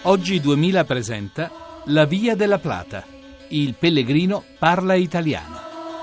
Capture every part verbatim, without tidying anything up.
Oggi duemila presenta La Via della Plata. Il pellegrino parla italiano.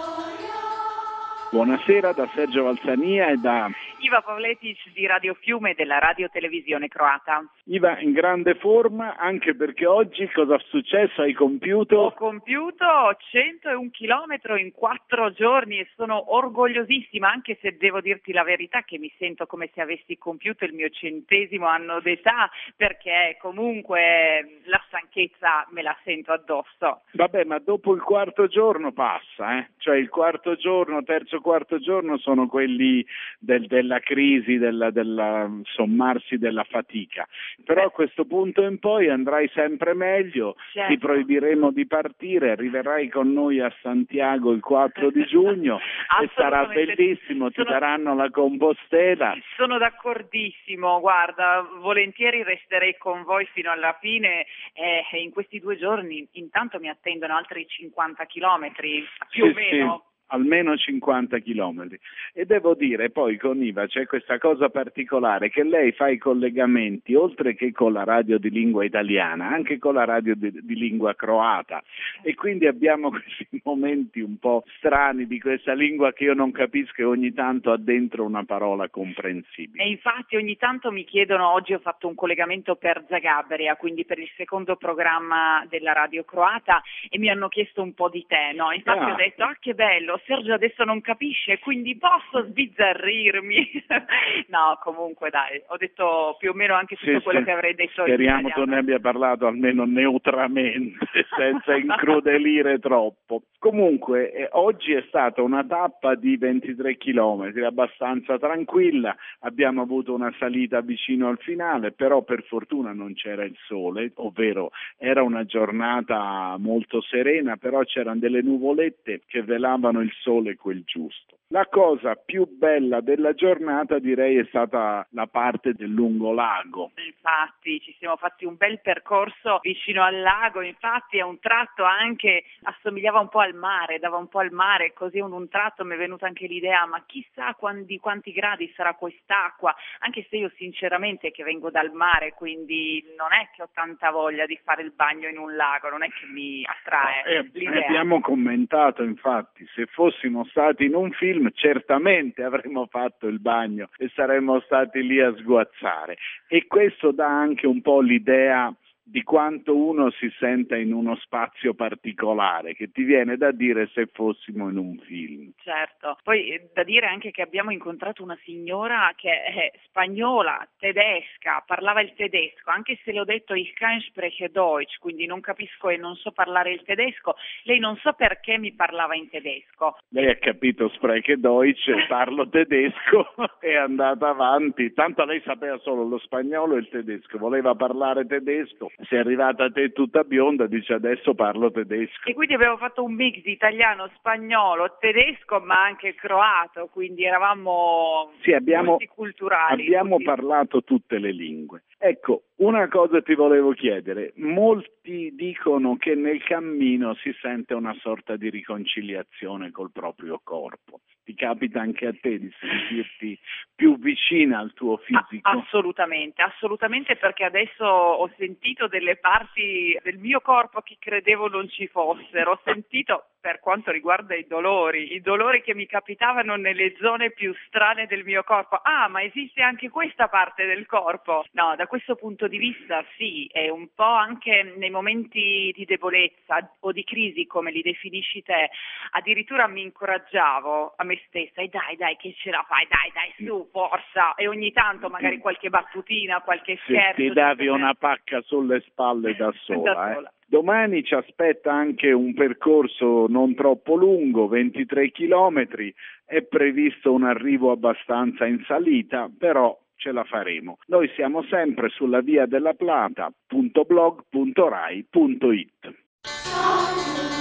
Buonasera da Sergio Valsania e da Iva Pavletic di Radio Fiume e della Radio Televisione Croata. Iva in grande forma, anche perché oggi cosa è successo? Hai compiuto? Ho compiuto centouno chilometri in quattro giorni e sono orgogliosissima, anche se devo dirti la verità che mi sento come se avessi compiuto il mio centesimo anno d'età, perché comunque la stanchezza me la sento addosso. Vabbè, ma dopo il quarto giorno passa, eh? Cioè il quarto giorno, terzo quarto giorno sono quelli del, della crisi, della, della sommarsi della fatica. Però a questo punto in poi andrai sempre meglio, certo. Ti proibiremo di partire, arriverai con noi a Santiago il quattro di giugno e sarà bellissimo, ti sono... daranno la Compostela. Sono d'accordissimo, guarda, volentieri resterei con voi fino alla fine e eh, in questi due giorni intanto mi attendono altri cinquanta chilometri, più sì, o meno. Sì. Almeno cinquanta chilometri. E devo dire poi con Iva c'è questa cosa particolare, che lei fa i collegamenti oltre che con la radio di lingua italiana anche con la radio di, di lingua croata, e quindi abbiamo questi momenti un po' strani di questa lingua che io non capisco e ogni tanto ha dentro una parola comprensibile. E infatti ogni tanto mi chiedono, oggi ho fatto un collegamento per Zagabria, quindi per il secondo programma della radio croata, e mi hanno chiesto un po' di te, no? Infatti ah. ho detto, ah che bello, Sergio adesso non capisce, quindi posso sbizzarrirmi. No, comunque dai, ho detto più o meno anche tutto sì, quello sì. che avrei detto. Speriamo tu ne abbia parlato almeno neutramente, senza incrudelire troppo. Comunque, eh, oggi è stata una tappa di ventitré chilometri, abbastanza tranquilla, abbiamo avuto una salita vicino al finale, però per fortuna non c'era il sole, ovvero era una giornata molto serena, però c'erano delle nuvolette che velavano il sole quel giusto. La cosa più bella della giornata direi è stata la parte del lungolago. Infatti ci siamo fatti un bel percorso vicino al lago, infatti a un tratto anche assomigliava un po' al mare, dava un po' al mare, così in un tratto mi è venuta anche l'idea, ma chissà quanti, quanti gradi sarà quest'acqua, anche se io sinceramente che vengo dal mare, quindi non è che ho tanta voglia di fare il bagno in un lago, non è che mi attrae eh, l'idea. Abbiamo commentato infatti, se fossimo stati in un film certamente avremmo fatto il bagno e saremmo stati lì a sguazzare, e questo dà anche un po' l'idea di quanto uno si senta in uno spazio particolare, che ti viene da dire se fossimo in un film. Certo, poi eh, da dire anche che abbiamo incontrato una signora che è spagnola, tedesca, parlava il tedesco, anche se le ho detto ich kann sprechen Deutsch, quindi non capisco e non so parlare il tedesco, lei non so perché mi parlava in tedesco. Lei ha capito spreche Deutsch, parlo tedesco, è andata avanti, tanto lei sapeva solo lo spagnolo e il tedesco, voleva parlare tedesco. Sei arrivata a te tutta bionda, dice adesso parlo tedesco. E quindi abbiamo fatto un mix di italiano, spagnolo, tedesco, ma anche croato, quindi eravamo sì, abbiamo, multiculturali. Abbiamo tutti. parlato tutte le lingue. Ecco, una cosa ti volevo chiedere, molti dicono che nel cammino si sente una sorta di riconciliazione col proprio corpo. Ti capita anche a te di sentirti più vicina al tuo fisico? Ah, assolutamente, assolutamente, perché adesso ho sentito delle parti del mio corpo che credevo non ci fossero, ho sentito per quanto riguarda i dolori, i dolori che mi capitavano nelle zone più strane del mio corpo. Ah, ma esiste anche questa parte del corpo? No, da questo punto di vista sì, è un po' anche nei momenti di debolezza o di crisi, come li definisci te, addirittura mi incoraggiavo a me stessa, e dai, dai, che ce la fai, dai, dai, su, forza, e ogni tanto magari qualche battutina, qualche scherzo. Ti davi una pacca sulle spalle da sola, da sola. Eh. Domani ci aspetta anche un percorso non troppo lungo, ventitré chilometri, è previsto un arrivo abbastanza in salita, però ce la faremo. Noi siamo sempre sulla via della plata punto blog punto rai punto it.